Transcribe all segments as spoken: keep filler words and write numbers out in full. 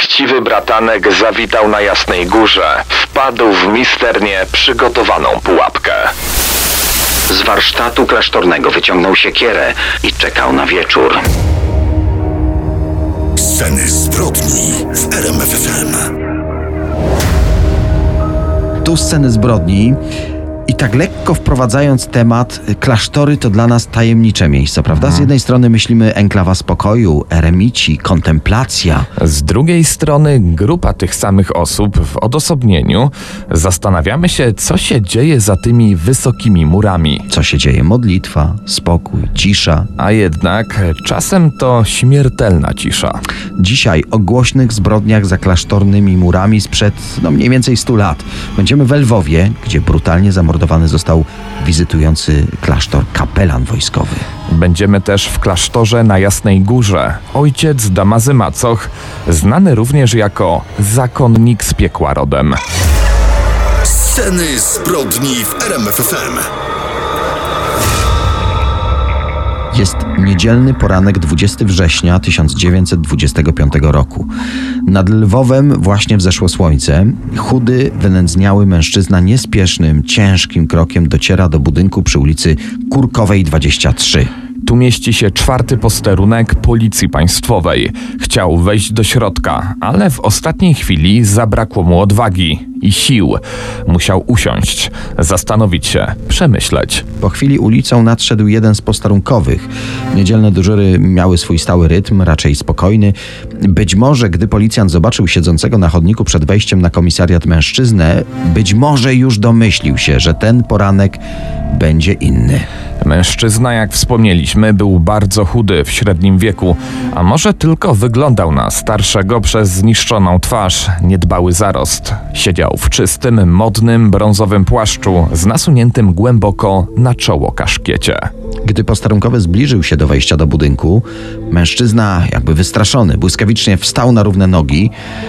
chciwy bratanek zawitał na Jasnej Górze. Wpadł w misternie przygotowaną pułapkę. Z warsztatu klasztornego wyciągnął siekierę i czekał na wieczór. Sceny zbrodni w R M F F M. Tu sceny zbrodni. I tak lekko wprowadzając temat, klasztory to dla nas tajemnicze miejsca, prawda? Z jednej strony myślimy enklawa spokoju, eremici, kontemplacja. Z drugiej strony grupa tych samych osób w odosobnieniu. Zastanawiamy się, co się dzieje za tymi wysokimi murami. Co się dzieje? Modlitwa, spokój, cisza. A jednak czasem to śmiertelna cisza. Dzisiaj o głośnych zbrodniach za klasztornymi murami sprzed no mniej więcej stu lat. Będziemy w Lwowie, gdzie brutalnie zamordowany został wizytujący klasztor kapelan wojskowy. Będziemy też w klasztorze na Jasnej Górze. Ojciec Damazy Macoch, znany również jako zakonnik z piekła rodem. Sceny zbrodni w R M F F M. Jest niedzielny poranek dwudziestego września tysiąc dziewięćset dwudziestego piątego roku. Nad Lwowem właśnie wzeszło słońce. Chudy, wynędzniały mężczyzna niespiesznym, ciężkim krokiem dociera do budynku przy ulicy Kurkowej dwadzieścia trzy. Tu mieści się czwarty posterunek Policji Państwowej. Chciał wejść do środka, ale w ostatniej chwili zabrakło mu odwagi i sił. Musiał usiąść, zastanowić się, przemyśleć. Po chwili ulicą nadszedł jeden z posterunkowych. Niedzielne dyżury miały swój stały rytm, raczej spokojny. Być może, gdy policjant zobaczył siedzącego na chodniku przed wejściem na komisariat mężczyznę, być może już domyślił się, że ten poranek będzie inny. Mężczyzna, jak wspomnieliśmy, był bardzo chudy w średnim wieku, a może tylko wyglądał na starszego przez zniszczoną twarz, niedbały zarost. Siedział w czystym, modnym, brązowym płaszczu z nasuniętym głęboko na czoło kaszkiecie. Gdy posterunkowy zbliżył się do wejścia do budynku, mężczyzna, jakby wystraszony, błyskawicznie wstał na równe nogi.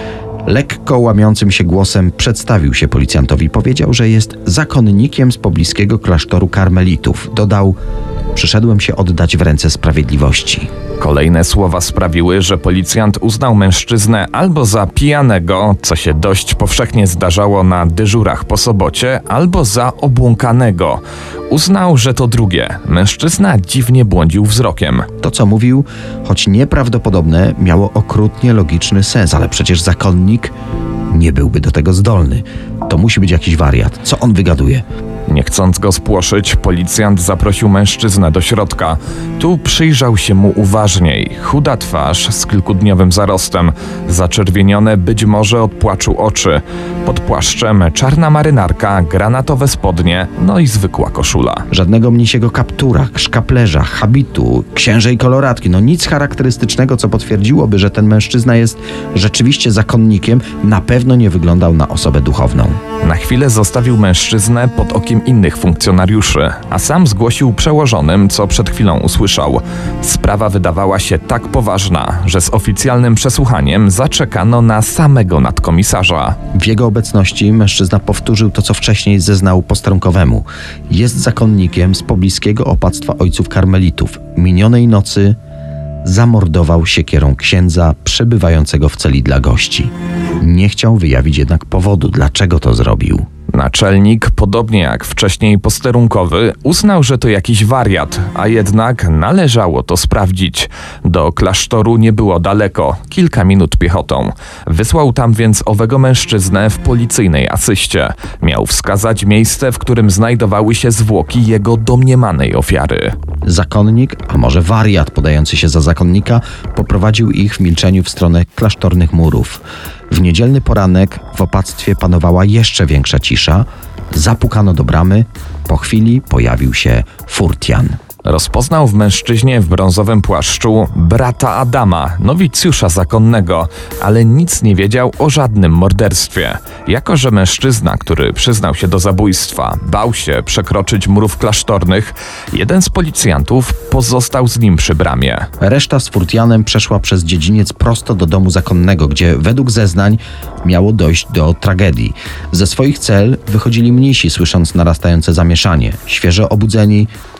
Lekko łamiącym się głosem przedstawił się policjantowi. Powiedział, że jest zakonnikiem z pobliskiego klasztoru karmelitów. Dodał: przyszedłem się oddać w ręce sprawiedliwości. Kolejne słowa sprawiły, że policjant uznał mężczyznę albo za pijanego, co się dość powszechnie zdarzało na dyżurach po sobocie, albo za obłąkanego. Uznał, że to drugie. Mężczyzna dziwnie błądził wzrokiem. To, co mówił, choć nieprawdopodobne, miało okrutnie logiczny sens, ale przecież zakonnik nie byłby do tego zdolny. To musi być jakiś wariat. Co on wygaduje? Nie chcąc go spłoszyć, policjant zaprosił mężczyznę do środka. Tu przyjrzał się mu uważniej. Chuda twarz z kilkudniowym zarostem, zaczerwienione być może od płaczu oczy. Pod płaszczem czarna marynarka, granatowe spodnie, no i zwykła koszula. Żadnego mnisiego kaptura, szkaplerza, habitu, księżej koloratki. No nic charakterystycznego, co potwierdziłoby, że ten mężczyzna jest rzeczywiście zakonnikiem. Na pewno nie wyglądał na osobę duchowną. Na chwilę zostawił mężczyznę pod okiem innych funkcjonariuszy, a sam zgłosił przełożonym, co przed chwilą usłyszał. Sprawa wydawała się tak poważna, że z oficjalnym przesłuchaniem zaczekano na samego nadkomisarza. W jego obecności mężczyzna powtórzył to, co wcześniej zeznał posterunkowemu. Jest zakonnikiem z pobliskiego opactwa ojców karmelitów. Minionej nocy zamordował siekierą księdza przebywającego w celi dla gości. Nie chciał wyjawić jednak powodu, dlaczego to zrobił. Naczelnik, podobnie jak wcześniej posterunkowy, uznał, że to jakiś wariat, a jednak należało to sprawdzić. Do klasztoru nie było daleko, kilka minut piechotą. Wysłał tam więc owego mężczyznę w policyjnej asyście. Miał wskazać miejsce, w którym znajdowały się zwłoki jego domniemanej ofiary. Zakonnik, a może wariat podający się za zakonnika, poprowadził ich w milczeniu w stronę klasztornych murów. W niedzielny poranek w opactwie panowała jeszcze większa cisza. Zapukano do bramy. Po chwili pojawił się furtian. Rozpoznał w mężczyźnie w brązowym płaszczu brata Adama, nowicjusza zakonnego, ale nic nie wiedział o żadnym morderstwie. Jako że mężczyzna, który przyznał się do zabójstwa, bał się przekroczyć murów klasztornych, jeden z policjantów pozostał z nim przy bramie. Reszta z furtianem przeszła przez dziedziniec prosto do domu zakonnego, gdzie według zeznań miało dojść do tragedii. Ze swoich cel wychodzili mnisi, słysząc narastające zamieszanie. Świeżo obudzeni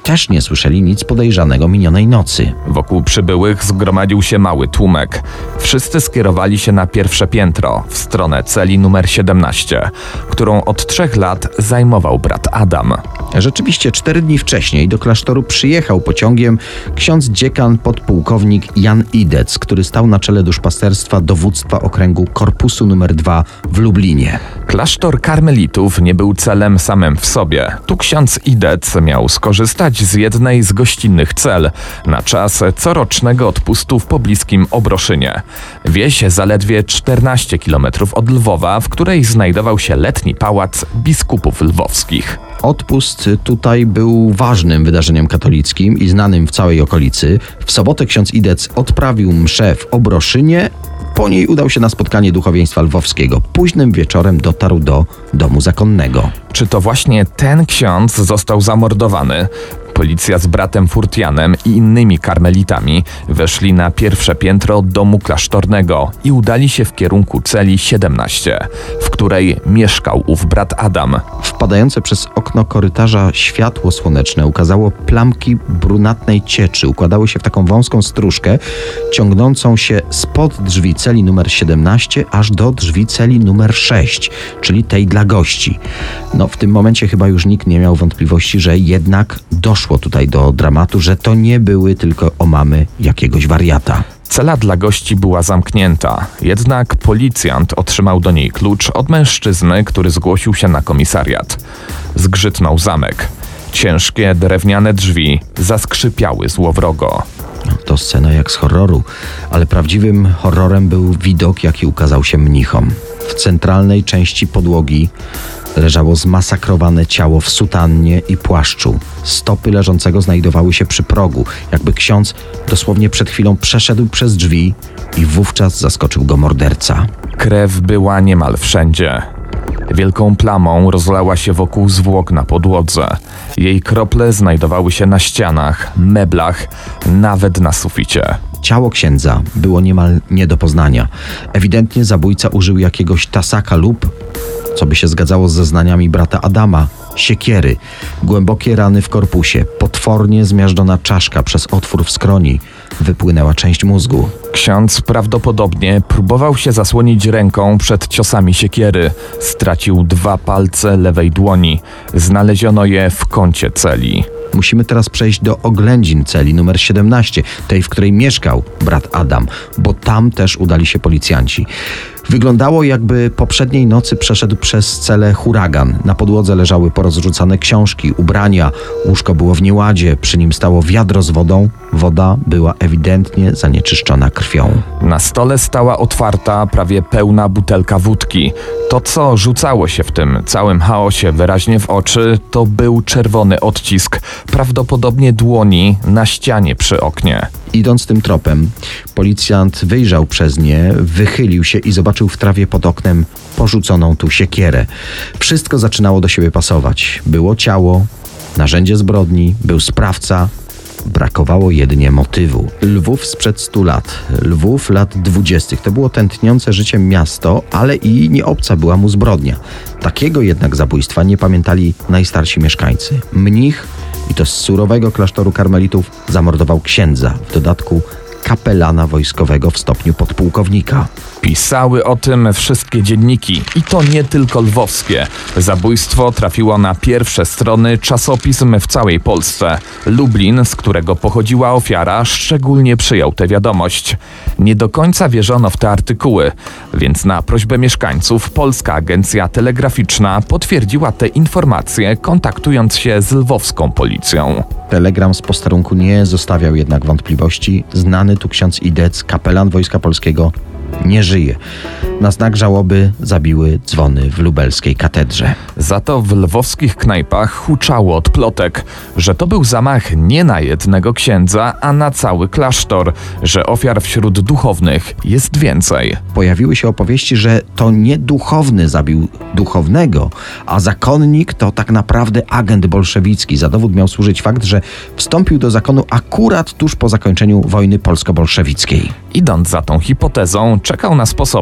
też nie słyszeli nic podejrzanego minionej nocy. Wokół przybyłych zgromadził się mały tłumek. Wszyscy skierowali się na pierwsze piętro, w stronę celi numer siedemnaście, którą od trzech lat zajmował brat Adam. Rzeczywiście cztery dni wcześniej do klasztoru przyjechał pociągiem ksiądz dziekan podpułkownik Jan Idec, który stał na czele duszpasterstwa dowództwa okręgu korpusu numer dwa w Lublinie. Klasztor karmelitów nie był celem samym w sobie. Tu ksiądz Idec miał skorzystać z jednej z gościnnych cel na czas corocznego odpustu w pobliskim Obroszynie. Wieś zaledwie czternaście kilometrów od Lwowa, w której znajdował się letni pałac biskupów lwowskich. Odpust tutaj był ważnym wydarzeniem katolickim i znanym w całej okolicy. W sobotę ksiądz Idec odprawił mszę w Obroszynie. Po niej udał się na spotkanie duchowieństwa lwowskiego. Późnym wieczorem dotarł do domu zakonnego. Czy to właśnie ten ksiądz został zamordowany? Policja z bratem Furtianem i innymi karmelitami weszli na pierwsze piętro domu klasztornego i udali się w kierunku celi siedemnaście, w której mieszkał ów brat Adam. Wpadające przez okno korytarza światło słoneczne ukazało plamki brunatnej cieczy. Układały się w taką wąską stróżkę, ciągnącą się spod drzwi celi numer siedemnaście aż do drzwi celi numer sześć, czyli tej dla gości. No w tym momencie chyba już nikt nie miał wątpliwości, że jednak doszło tutaj do dramatu, że to nie były tylko omamy jakiegoś wariata. Cela dla gości była zamknięta, jednak policjant otrzymał do niej klucz od mężczyzny, który zgłosił się na komisariat. Zgrzytnął zamek. Ciężkie drewniane drzwi zaskrzypiały złowrogo. To scena jak z horroru, ale prawdziwym horrorem był widok, jaki ukazał się mnichom. W centralnej części podłogi leżało zmasakrowane ciało w sutannie i płaszczu. Stopy leżącego znajdowały się przy progu, jakby ksiądz dosłownie przed chwilą przeszedł przez drzwi i wówczas zaskoczył go morderca. Krew była niemal wszędzie. Wielką plamą rozlała się wokół zwłok na podłodze. Jej krople znajdowały się na ścianach, meblach, nawet na suficie. Ciało księdza było niemal nie do poznania. Ewidentnie zabójca użył jakiegoś tasaka lub, co by się zgadzało z zeznaniami brata Adama, siekiery. Głębokie rany w korpusie, potwornie zmiażdżona czaszka, przez otwór w skroni wypłynęła część mózgu. Ksiądz prawdopodobnie próbował się zasłonić ręką przed ciosami siekiery. Stracił dwa palce lewej dłoni. Znaleziono je w kącie celi. Musimy teraz przejść do oględzin celi numer siedemnaście, tej, w której mieszkał brat Adam, bo tam też udali się policjanci. Wyglądało, jakby poprzedniej nocy przeszedł przez celę huragan. Na podłodze leżały porozrzucane książki, ubrania, łóżko było w nieładzie, przy nim stało wiadro z wodą. Woda była ewidentnie zanieczyszczona krwią. Na stole stała otwarta, prawie pełna butelka wódki. To, co rzucało się w tym całym chaosie wyraźnie w oczy, to był czerwony odcisk, prawdopodobnie dłoni na ścianie przy oknie. Idąc tym tropem, policjant wyjrzał przez nie, wychylił się i zobaczył w trawie pod oknem porzuconą tu siekierę. Wszystko zaczynało do siebie pasować. Było ciało, narzędzie zbrodni, był sprawca. Brakowało jedynie motywu. Lwów sprzed stu lat. Lwów lat dwudziestych. To było tętniące życiem miasto, ale i nie obca była mu zbrodnia. Takiego jednak zabójstwa nie pamiętali najstarsi mieszkańcy. Mnich, i to z surowego klasztoru karmelitów, zamordował księdza, w dodatku kapelana wojskowego w stopniu podpułkownika. Pisały o tym wszystkie dzienniki i to nie tylko lwowskie. Zabójstwo trafiło na pierwsze strony czasopism w całej Polsce. Lublin, z którego pochodziła ofiara, szczególnie przyjął tę wiadomość. Nie do końca wierzono w te artykuły, więc na prośbę mieszkańców Polska Agencja Telegraficzna potwierdziła te informacje, kontaktując się z lwowską policją. Telegram z posterunku nie zostawiał jednak wątpliwości. Znany tu ksiądz Idec, kapelan Wojska Polskiego, nie żyje. Na znak żałoby zabiły dzwony w lubelskiej katedrze. Za to w lwowskich knajpach huczało od plotek, że to był zamach nie na jednego księdza, a na cały klasztor, że ofiar wśród duchownych jest więcej. Pojawiły się opowieści, że to nie duchowny zabił duchownego, a zakonnik to tak naprawdę agent bolszewicki. Za dowód miał służyć fakt, że wstąpił do zakonu akurat tuż po zakończeniu wojny polsko-bolszewickiej. Idąc za tą hipotezą, czekał na sposobność,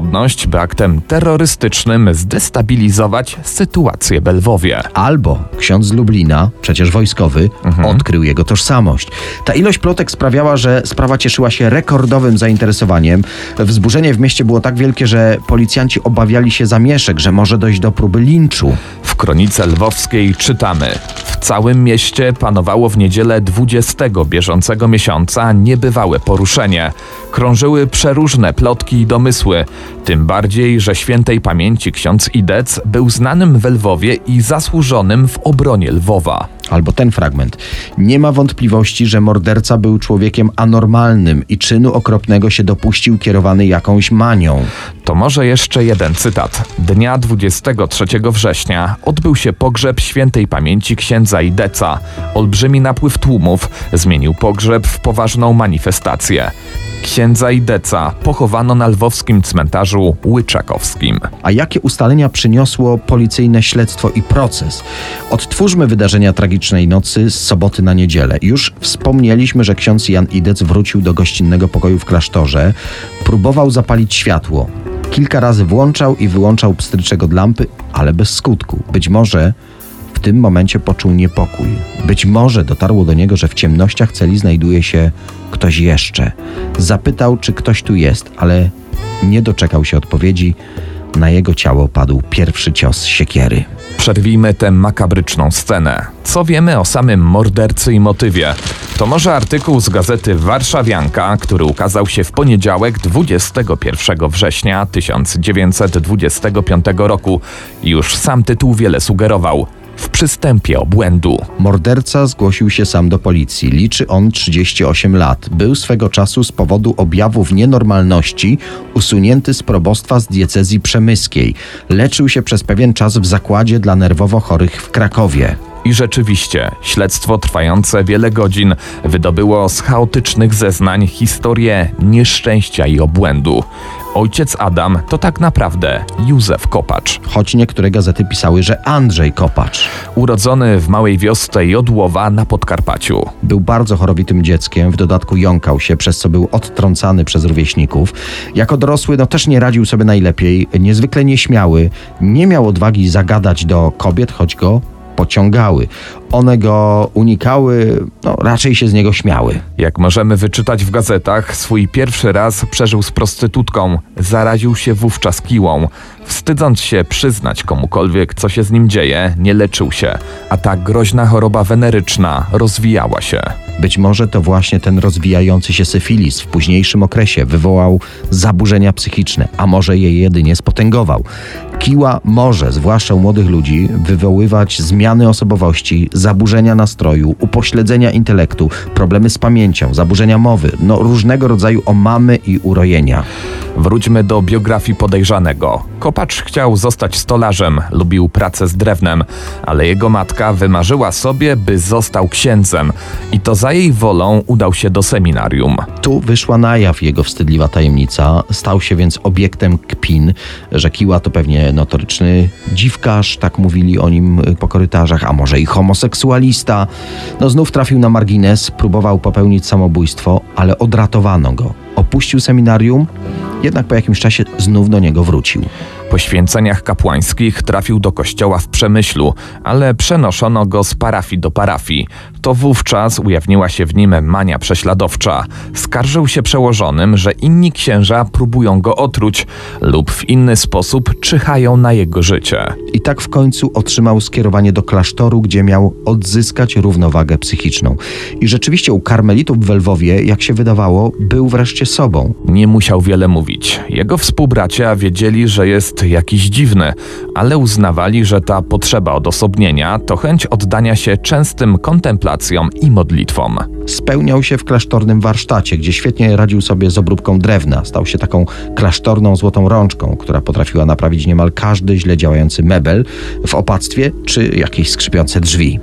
wykorzystać, by aktem terrorystycznym zdestabilizować sytuację w Lwowie. Albo ksiądz z Lublina, przecież wojskowy, mhm. odkrył jego tożsamość. Ta ilość plotek sprawiała, że sprawa cieszyła się rekordowym zainteresowaniem. Wzburzenie w mieście było tak wielkie, że policjanci obawiali się zamieszek, że może dojść do próby linczu. W kronice lwowskiej czytamy: w całym mieście panowało w niedzielę dwudziestego bieżącego miesiąca niebywałe poruszenie. Krążyły przeróżne plotki i domysły, tym bardziej, że świętej pamięci ksiądz Idec był znanym w Lwowie i zasłużonym w obronie Lwowa. Albo ten fragment. Nie ma wątpliwości, że morderca był człowiekiem anormalnym i czynu okropnego się dopuścił kierowany jakąś manią. To może jeszcze jeden cytat. Dnia dwudziestego trzeciego września odbył się pogrzeb świętej pamięci księdza Ideca. Olbrzymi napływ tłumów zmienił pogrzeb w poważną manifestację. Księdza Ideca pochowano na lwowskim cmentarzu Łyczakowskim. A jakie ustalenia przyniosło policyjne śledztwo i proces? Odtwórzmy wydarzenia tragicznej nocy z soboty na niedzielę. Już wspomnieliśmy, że ksiądz Jan Idec wrócił do gościnnego pokoju w klasztorze. Próbował zapalić światło. Kilka razy włączał i wyłączał pstryczek od lampy, ale bez skutku. Być może w tym momencie poczuł niepokój. Być może dotarło do niego, że w ciemnościach celi znajduje się ktoś jeszcze. Zapytał, czy ktoś tu jest, ale nie doczekał się odpowiedzi. Na jego ciało padł pierwszy cios siekiery. Przerwijmy tę makabryczną scenę. Co wiemy o samym mordercy i motywie? To może artykuł z gazety Warszawianka, który ukazał się w poniedziałek dwudziestego pierwszego września tysiąc dziewięćset dwudziestego piątego roku. Już sam tytuł wiele sugerował. W przystępie obłędu. Morderca zgłosił się sam do policji. Liczy on trzydzieści osiem lat. Był swego czasu z powodu objawów nienormalności usunięty z probostwa z diecezji przemyskiej. Leczył się przez pewien czas w zakładzie dla nerwowo chorych w Krakowie. I rzeczywiście, śledztwo trwające wiele godzin wydobyło z chaotycznych zeznań historię nieszczęścia i obłędu. Ojciec Adam to tak naprawdę Józef Kopacz. Choć niektóre gazety pisały, że Andrzej Kopacz. Urodzony w małej wiosce Jodłowa na Podkarpaciu. Był bardzo chorowitym dzieckiem, w dodatku jąkał się, przez co był odtrącany przez rówieśników. Jako dorosły no też nie radził sobie najlepiej, niezwykle nieśmiały, nie miał odwagi zagadać do kobiet, choć go pociągały. One go unikały, no raczej się z niego śmiały. Jak możemy wyczytać w gazetach, swój pierwszy raz przeżył z prostytutką. Zaraził się wówczas kiłą. Wstydząc się przyznać komukolwiek, co się z nim dzieje, nie leczył się. A ta groźna choroba weneryczna rozwijała się. Być może to właśnie ten rozwijający się syfilis w późniejszym okresie wywołał zaburzenia psychiczne, a może je jedynie spotęgował. Kiła może, zwłaszcza u młodych ludzi, wywoływać zmiany osobowości, zaburzenia nastroju, upośledzenia intelektu, problemy z pamięcią, zaburzenia mowy, no różnego rodzaju omamy i urojenia. Wróćmy do biografii podejrzanego. Kopacz chciał zostać stolarzem, lubił pracę z drewnem, ale jego matka wymarzyła sobie, by został księdzem i to za jej wolą udał się do seminarium. Tu wyszła na jaw jego wstydliwa tajemnica, stał się więc obiektem kpin, że Kiła to pewnie notoryczny dziwkarz, tak mówili o nim po korytarzach, a może i homoseksualista. No znów trafił na margines, próbował popełnić samobójstwo, ale odratowano go. Opuścił seminarium, jednak po jakimś czasie znów do niego wrócił. Po święceniach kapłańskich trafił do kościoła w Przemyślu, ale przenoszono go z parafii do parafii. To wówczas ujawniła się w nim mania prześladowcza. Skarżył się przełożonym, że inni księża próbują go otruć lub w inny sposób czyhają na jego życie. I tak w końcu otrzymał skierowanie do klasztoru, gdzie miał odzyskać równowagę psychiczną. I rzeczywiście u karmelitów w Lwowie, jak się wydawało, był wreszcie sobą. Nie musiał wiele mówić. Jego współbracia wiedzieli, że jest jakiś dziwny, ale uznawali, że ta potrzeba odosobnienia to chęć oddania się częstym kontemplacjom i modlitwom. Spełniał się w klasztornym warsztacie, gdzie świetnie radził sobie z obróbką drewna. Stał się taką klasztorną złotą rączką, która potrafiła naprawić niemal każdy źle działający mebel w opactwie czy jakieś skrzypiące drzwi.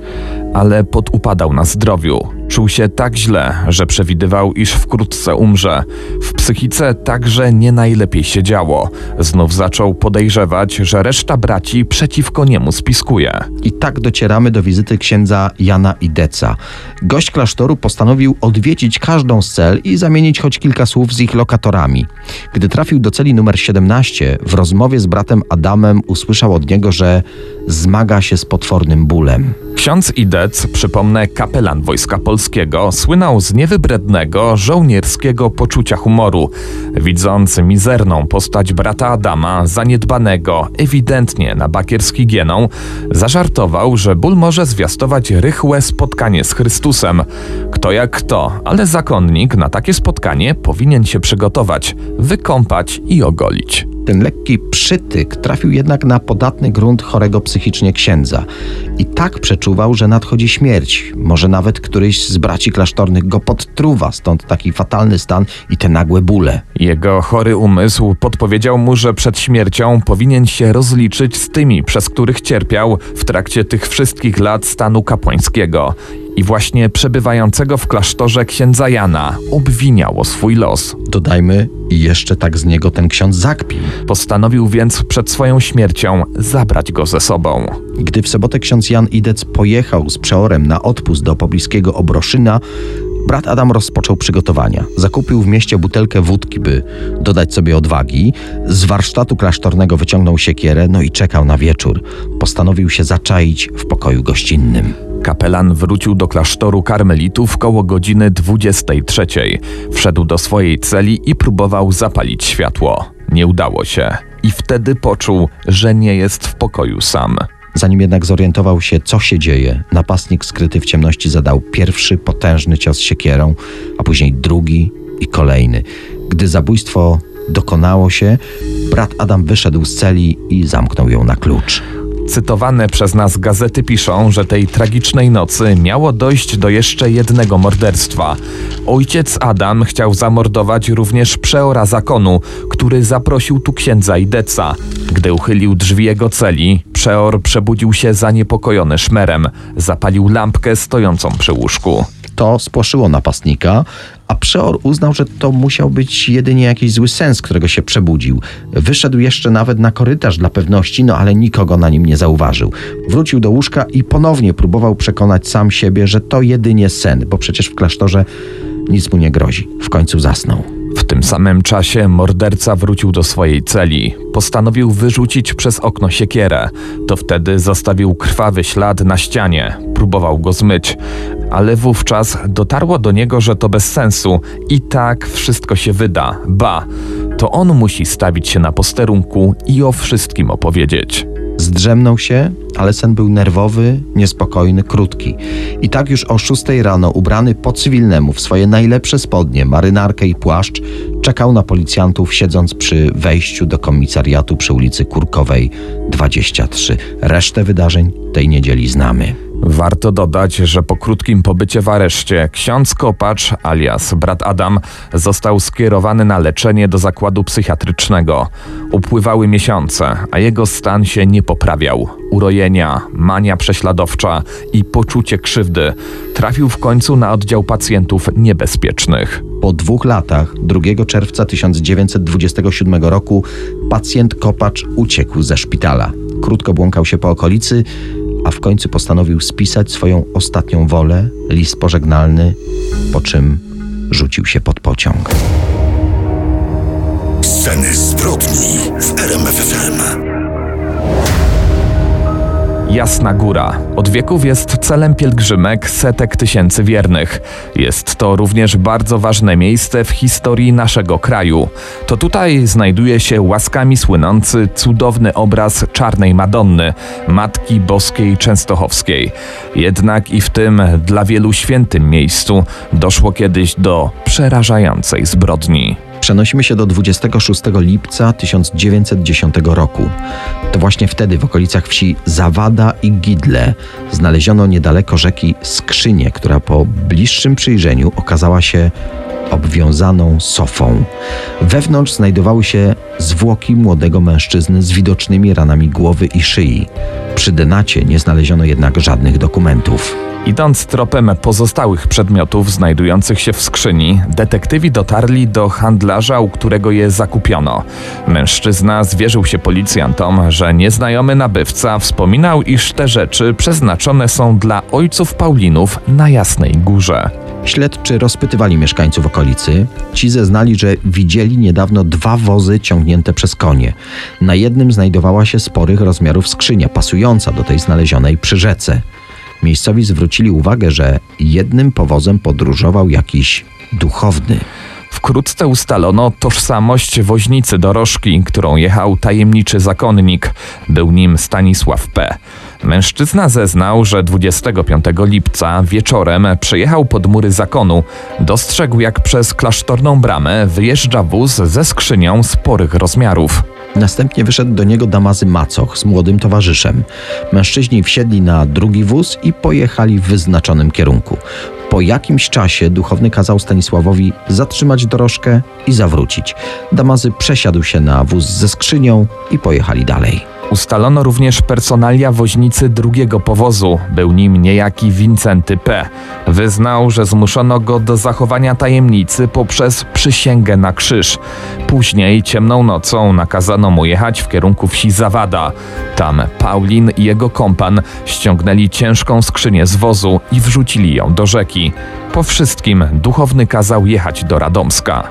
ale podupadał na zdrowiu. Czuł się tak źle, że przewidywał, iż wkrótce umrze. W psychice także nie najlepiej się działo. Znów zaczął podejrzewać, że reszta braci przeciwko niemu spiskuje. I tak docieramy do wizyty księdza Jana Ideca. Gość klasztoru postanowił odwiedzić każdą z cel i zamienić choć kilka słów z ich lokatorami. Gdy trafił do celi numer siedemnaście, w rozmowie z bratem Adamem usłyszał od niego, że zmaga się z potwornym bólem. Ksiądz Idec, przypomnę, kapelan Wojska Polskiego, słynął z niewybrednego, żołnierskiego poczucia humoru. Widząc mizerną postać brata Adama, zaniedbanego, ewidentnie na bakier z higieną, zażartował, że ból może zwiastować rychłe spotkanie z Chrystusem. Kto jak kto, ale zakonnik na takie spotkanie powinien się przygotować, wykąpać i ogolić. Ten lekki przytyk trafił jednak na podatny grunt chorego psychicznie księdza. I tak przeczuwał, że nadchodzi śmierć. Może nawet któryś z braci klasztornych go podtruwa, stąd taki fatalny stan i te nagłe bóle. Jego chory umysł podpowiedział mu, że przed śmiercią powinien się rozliczyć z tymi, przez których cierpiał w trakcie tych wszystkich lat stanu kapłańskiego. I właśnie przebywającego w klasztorze księdza Jana obwiniał o swój los. Dodajmy, i jeszcze tak z niego ten ksiądz zakpił. Postanowił więc przed swoją śmiercią zabrać go ze sobą. Gdy w sobotę ksiądz Jan Idec pojechał z przeorem na odpust do pobliskiego Obroszyna, brat Adam rozpoczął przygotowania. Zakupił w mieście butelkę wódki, by dodać sobie odwagi. Z warsztatu klasztornego wyciągnął siekierę, no i czekał na wieczór. Postanowił się zaczaić w pokoju gościnnym. Kapelan wrócił do klasztoru karmelitów koło godziny dwudziestej trzeciej. Wszedł do swojej celi i próbował zapalić światło. Nie udało się. I wtedy poczuł, że nie jest w pokoju sam. Zanim jednak zorientował się, co się dzieje, napastnik skryty w ciemności zadał pierwszy potężny cios siekierą, a później drugi i kolejny. Gdy zabójstwo dokonało się, brat Adam wyszedł z celi i zamknął ją na klucz. Cytowane przez nas gazety piszą, że tej tragicznej nocy miało dojść do jeszcze jednego morderstwa. Ojciec Adam chciał zamordować również przeora zakonu, który zaprosił tu księdza Ideca. Gdy uchylił drzwi jego celi, przeor przebudził się zaniepokojony szmerem. Zapalił lampkę stojącą przy łóżku. To spłoszyło napastnika, a przeor uznał, że to musiał być jedynie jakiś zły sen, z którego się przebudził. Wyszedł jeszcze nawet na korytarz dla pewności, no ale nikogo na nim nie zauważył. Wrócił do łóżka i ponownie próbował przekonać sam siebie, że to jedynie sen, bo przecież w klasztorze nic mu nie grozi. W końcu zasnął. W tym samym czasie morderca wrócił do swojej celi. Postanowił wyrzucić przez okno siekierę. To wtedy zostawił krwawy ślad na ścianie. Próbował go zmyć. Ale wówczas dotarło do niego, że to bez sensu. I tak wszystko się wyda. Ba, to on musi stawić się na posterunku i o wszystkim opowiedzieć. Zdrzemnął się, ale sen był nerwowy, niespokojny, krótki. I tak już o szóstej rano, ubrany po cywilnemu w swoje najlepsze spodnie, marynarkę i płaszcz, czekał na policjantów, siedząc przy wejściu do komisariatu przy ulicy Kurkowej dwadzieścia trzy. Resztę wydarzeń tej niedzieli znamy. Warto dodać, że po krótkim pobycie w areszcie ksiądz Kopacz, alias brat Adam, został skierowany na leczenie do zakładu psychiatrycznego. Upływały miesiące, a jego stan się nie poprawiał. Urojenia, mania prześladowcza i poczucie krzywdy. Trafił w końcu na oddział pacjentów niebezpiecznych. Po dwóch latach, drugiego czerwca tysiąc dziewięćset dwudziestego siódmego roku, pacjent Kopacz uciekł ze szpitala. Krótko błąkał się po okolicy, a w końcu postanowił spisać swoją ostatnią wolę, list pożegnalny, po czym rzucił się pod pociąg. Sceny zbrodni w R M F F M. Jasna Góra. Od wieków jest celem pielgrzymek setek tysięcy wiernych. Jest to również bardzo ważne miejsce w historii naszego kraju. To tutaj znajduje się łaskami słynący cudowny obraz Czarnej Madonny, Matki Boskiej Częstochowskiej. Jednak i w tym dla wielu świętym miejscu doszło kiedyś do przerażającej zbrodni. Przenosimy się do dwudziestego szóstego lipca tysiąc dziewięćset dziesiątego roku. To właśnie wtedy w okolicach wsi Zawada i Gidle znaleziono niedaleko rzeki skrzynię, która po bliższym przyjrzeniu okazała się obwiązaną sofą. Wewnątrz znajdowały się zwłoki młodego mężczyzny z widocznymi ranami głowy i szyi. Przy denacie nie znaleziono jednak żadnych dokumentów. Idąc tropem pozostałych przedmiotów znajdujących się w skrzyni, detektywi dotarli do handlarza, u którego je zakupiono. Mężczyzna zwierzył się policjantom, że nieznajomy nabywca wspominał, iż te rzeczy przeznaczone są dla ojców Paulinów na Jasnej Górze. Śledczy rozpytywali mieszkańców okolicy. Ci zeznali, że widzieli niedawno dwa wozy ciągnięte przez konie. Na jednym znajdowała się sporych rozmiarów skrzynia, pasująca do tej znalezionej przy rzece. Miejscowi zwrócili uwagę, że jednym powozem podróżował jakiś duchowny. Wkrótce ustalono tożsamość woźnicy dorożki, którą jechał tajemniczy zakonnik. Był nim Stanisław P. Mężczyzna zeznał, że dwudziestego piątego lipca wieczorem przyjechał pod mury zakonu. Dostrzegł, jak przez klasztorną bramę wyjeżdża wóz ze skrzynią sporych rozmiarów. Następnie wyszedł do niego Damazy Macoch z młodym towarzyszem. Mężczyźni wsiedli na drugi wóz i pojechali w wyznaczonym kierunku. Po jakimś czasie duchowny kazał Stanisławowi zatrzymać dorożkę i zawrócić. Damazy przesiadł się na wóz ze skrzynią i pojechali dalej. Ustalono również personalia woźnicy drugiego powozu. Był nim niejaki Wincenty P. Wyznał, że zmuszono go do zachowania tajemnicy poprzez przysięgę na krzyż. Później ciemną nocą nakazano mu jechać w kierunku wsi Zawada. Tam Paulin i jego kompan ściągnęli ciężką skrzynię z wozu i wrzucili ją do rzeki. Po wszystkim duchowny kazał jechać do Radomska.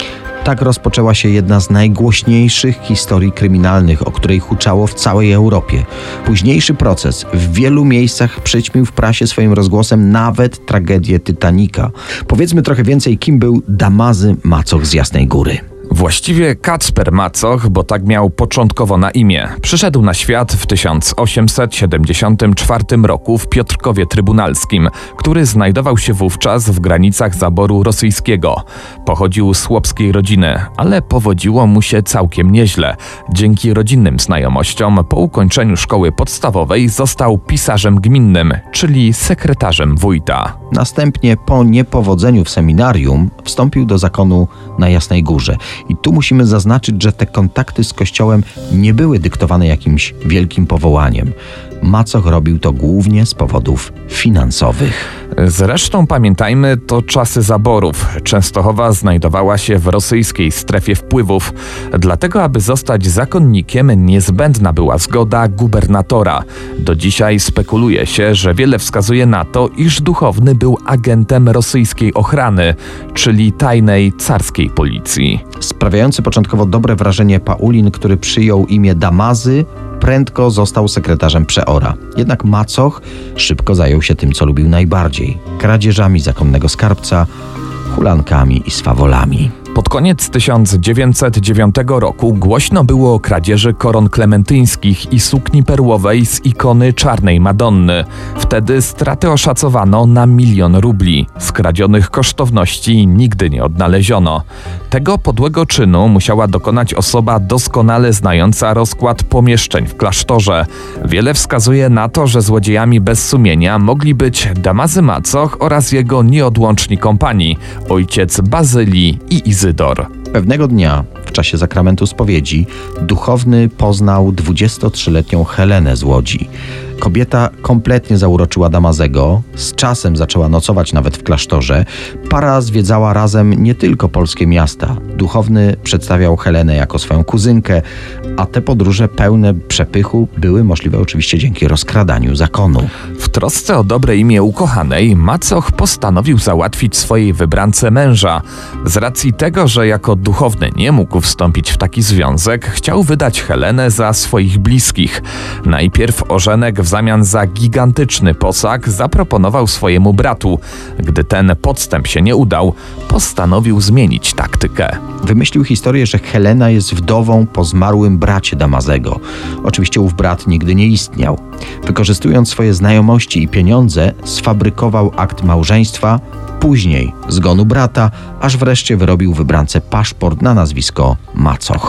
Tak rozpoczęła się jedna z najgłośniejszych historii kryminalnych, o której huczało w całej Europie. Późniejszy proces w wielu miejscach przyćmił w prasie swoim rozgłosem nawet tragedię Titanica. Powiedzmy trochę więcej, kim był Damazy Macoch z Jasnej Góry. Właściwie Kacper Macoch, bo tak miał początkowo na imię. Przyszedł na świat w tysiąc osiemset siedemdziesiątym czwartym roku w Piotrkowie Trybunalskim, który znajdował się wówczas w granicach zaboru rosyjskiego. Pochodził z chłopskiej rodziny, ale powodziło mu się całkiem nieźle. Dzięki rodzinnym znajomościom po ukończeniu szkoły podstawowej został pisarzem gminnym, czyli sekretarzem wójta. Następnie po niepowodzeniu w seminarium wstąpił do zakonu na Jasnej Górze. I tu musimy zaznaczyć, że te kontakty z Kościołem nie były dyktowane jakimś wielkim powołaniem. Macoch robił to głównie z powodów finansowych. Zresztą pamiętajmy, to czasy zaborów. Częstochowa znajdowała się w rosyjskiej strefie wpływów. Dlatego, aby zostać zakonnikiem, niezbędna była zgoda gubernatora. Do dzisiaj spekuluje się, że wiele wskazuje na to, iż duchowny był agentem rosyjskiej ochrany, czyli tajnej carskiej policji. Sprawiający początkowo dobre wrażenie Paulin, który przyjął imię Damazy, prędko został sekretarzem przeora. Jednak Macoch szybko zajął się tym, co lubił najbardziej – kradzieżami zakonnego skarbca, hulankami i swawolami. Pod koniec tysiąc dziewięćset dziewiątego roku głośno było o kradzieży koron klementyńskich i sukni perłowej z ikony Czarnej Madonny. Wtedy straty oszacowano na milion rubli. Skradzionych kosztowności nigdy nie odnaleziono. Tego podłego czynu musiała dokonać osoba doskonale znająca rozkład pomieszczeń w klasztorze. Wiele wskazuje na to, że złodziejami bez sumienia mogli być Damazy Macoch oraz jego nieodłączni kompani, ojciec Bazylii i Izydor. Pewnego dnia, w czasie sakramentu spowiedzi, duchowny poznał dwudziestotrzyletnią Helenę z Łodzi. Kobieta kompletnie zauroczyła Damazego, z czasem zaczęła nocować nawet w klasztorze. Para zwiedzała razem nie tylko polskie miasta. Duchowny przedstawiał Helenę jako swoją kuzynkę, a te podróże pełne przepychu były możliwe oczywiście dzięki rozkradaniu zakonu. W trosce o dobre imię ukochanej, Macoch postanowił załatwić swojej wybrance męża. Z racji tego, że jako duchowny nie mógł wstąpić w taki związek, chciał wydać Helenę za swoich bliskich. Najpierw ożenek w zamian za gigantyczny posag zaproponował swojemu bratu. Gdy ten podstęp się nie udał, postanowił zmienić taktykę. Wymyślił historię, że Helena jest wdową po zmarłym bracie Damazego. Oczywiście ów brat nigdy nie istniał. Wykorzystując swoje znajomości i pieniądze, sfabrykował akt małżeństwa, później zgonu brata, aż wreszcie wyrobił wybrance paszport na nazwisko Macoch.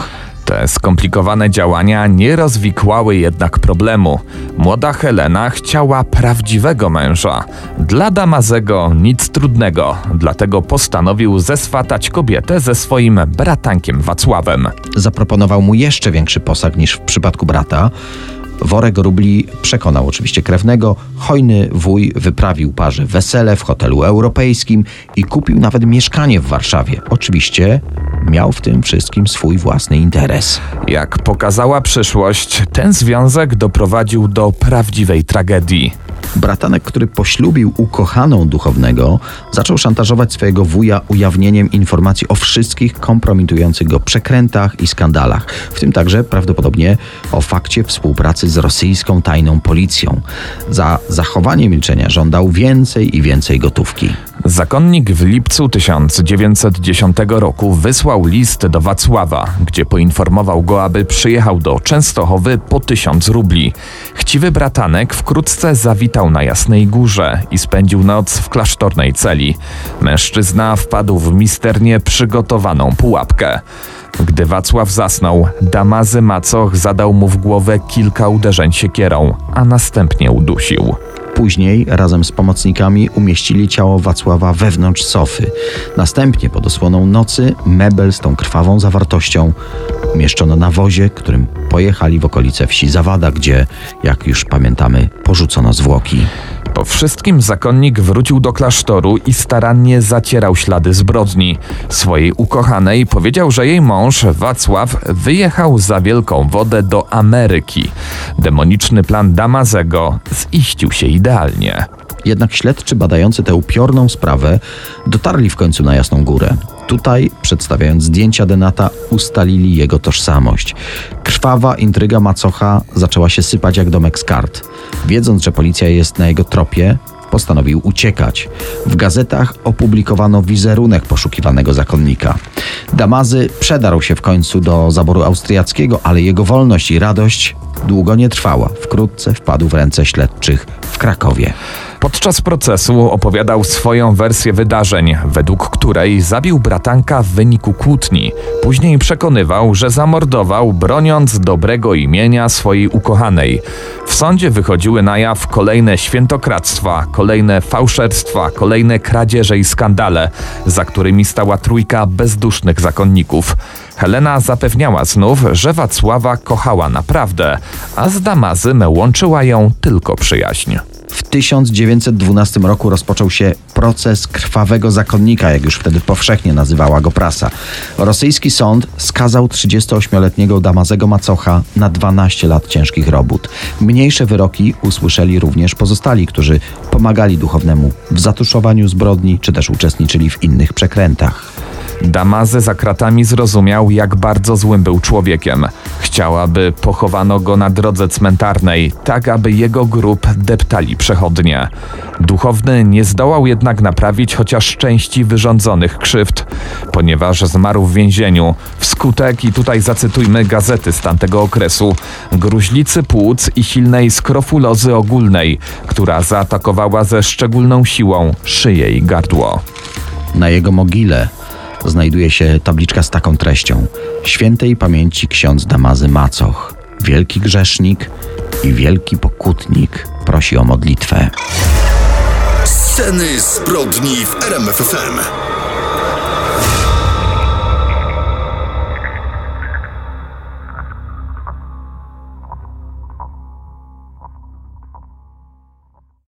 Te skomplikowane działania nie rozwikłały jednak problemu. Młoda Helena chciała prawdziwego męża. Dla Damazego nic trudnego, dlatego postanowił zeswatać kobietę ze swoim bratankiem Wacławem. Zaproponował mu jeszcze większy posag niż w przypadku brata. Worek rubli przekonał oczywiście krewnego. Hojny wuj wyprawił parze wesele w hotelu europejskim i kupił nawet mieszkanie w Warszawie. Oczywiście miał w tym wszystkim swój własny interes. Jak pokazała przyszłość, ten związek doprowadził do prawdziwej tragedii. Bratanek, który poślubił ukochaną duchownego, zaczął szantażować swojego wuja ujawnieniem informacji o wszystkich kompromitujących go przekrętach i skandalach, w tym także prawdopodobnie o fakcie współpracy z rosyjską tajną policją. Za zachowanie milczenia żądał więcej i więcej gotówki. Zakonnik w lipcu tysiąc dziewięćset dziesiątego roku wysłał list do Wacława, gdzie poinformował go, aby przyjechał do Częstochowy po tysiąc rubli. Chciwy bratanek wkrótce zawitał na Jasnej Górze i spędził noc w klasztornej celi. Mężczyzna wpadł w misternie przygotowaną pułapkę. Gdy Wacław zasnął, Damazy Macoch zadał mu w głowę kilka uderzeń siekierą, a następnie udusił. Później razem z pomocnikami umieścili ciało Wacława wewnątrz sofy. Następnie pod osłoną nocy mebel z tą krwawą zawartością umieszczono na wozie, którym pojechali w okolice wsi Zawada, gdzie, jak już pamiętamy, porzucono zwłoki. Po wszystkim zakonnik wrócił do klasztoru i starannie zacierał ślady zbrodni. Swojej ukochanej powiedział, że jej mąż, Wacław, wyjechał za wielką wodę do Ameryki. Demoniczny plan Damazego ziścił się idealnie. Jednak śledczy badający tę upiorną sprawę dotarli w końcu na Jasną Górę. Tutaj, przedstawiając zdjęcia Denata, ustalili jego tożsamość. Krwawa intryga Macocha zaczęła się sypać jak domek z kart. Wiedząc, że policja jest na jego tropie, postanowił uciekać. W gazetach opublikowano wizerunek poszukiwanego zakonnika. Damazy przedarł się w końcu do zaboru austriackiego, ale jego wolność i radość długo nie trwała. Wkrótce wpadł w ręce śledczych w Krakowie. Podczas procesu opowiadał swoją wersję wydarzeń, według której zabił bratanka w wyniku kłótni. Później przekonywał, że zamordował, broniąc dobrego imienia swojej ukochanej. W sądzie wychodziły na jaw kolejne świętokradztwa, kolejne fałszerstwa, kolejne kradzieże i skandale, za którymi stała trójka bezdusznych zakonników. Helena zapewniała znów, że Wacława kochała naprawdę, a z Damazym łączyła ją tylko przyjaźń. W tysiąc dziewięćset dwunastym roku rozpoczął się proces krwawego zakonnika, jak już wtedy powszechnie nazywała go prasa. Rosyjski sąd skazał trzydziestoośmioletniego Damazego Macocha na dwanaście lat ciężkich robót. Mniejsze wyroki usłyszeli również pozostali, którzy pomagali duchownemu w zatuszowaniu zbrodni, czy też uczestniczyli w innych przekrętach. Damazy za kratami zrozumiał, jak bardzo złym był człowiekiem. Chciał, aby pochowano go na drodze cmentarnej, tak aby jego grób deptali przechodnie. Duchowny nie zdołał jednak naprawić chociaż części wyrządzonych krzywd, ponieważ zmarł w więzieniu. Wskutek, i tutaj zacytujmy gazety z tamtego okresu, gruźlicy płuc i silnej skrofulozy ogólnej, która zaatakowała ze szczególną siłą szyję i gardło. Na jego mogile znajduje się tabliczka z taką treścią: świętej pamięci ksiądz Damazy Macoch, wielki grzesznik i wielki pokutnik, prosi o modlitwę. Sceny zbrodni w R M F F M.